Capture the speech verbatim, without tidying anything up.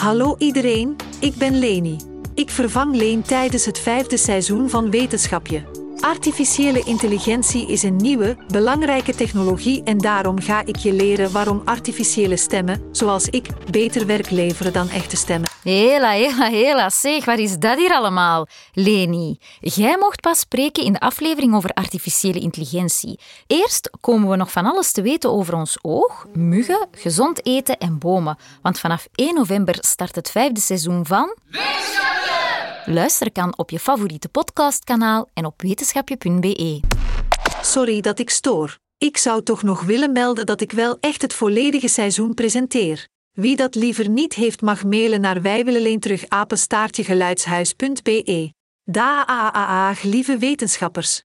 Hallo iedereen, ik ben Leni. Ik vervang Leen tijdens het vijfde seizoen van Wetenschapje. Artificiële intelligentie is een nieuwe, belangrijke technologie en daarom ga ik je leren waarom artificiële stemmen, zoals ik, beter werk leveren dan echte stemmen. Hela, hela, hela. Zeg, wat is dat hier allemaal? Leni, jij mocht pas spreken in de aflevering over artificiële intelligentie. Eerst komen we nog van alles te weten over ons oog, muggen, gezond eten en bomen. Want vanaf één november start het vijfde seizoen van... Wetenschapje! Luisteren kan op je favoriete podcastkanaal en op wetenschapje punt b e. Sorry dat ik stoor. Ik zou toch nog willen melden dat ik wel echt het volledige seizoen presenteer. Wie dat liever niet heeft mag mailen naar wijwillenleenterug apenstaartje geluidshuis punt b e. Daag lieve wetenschappers.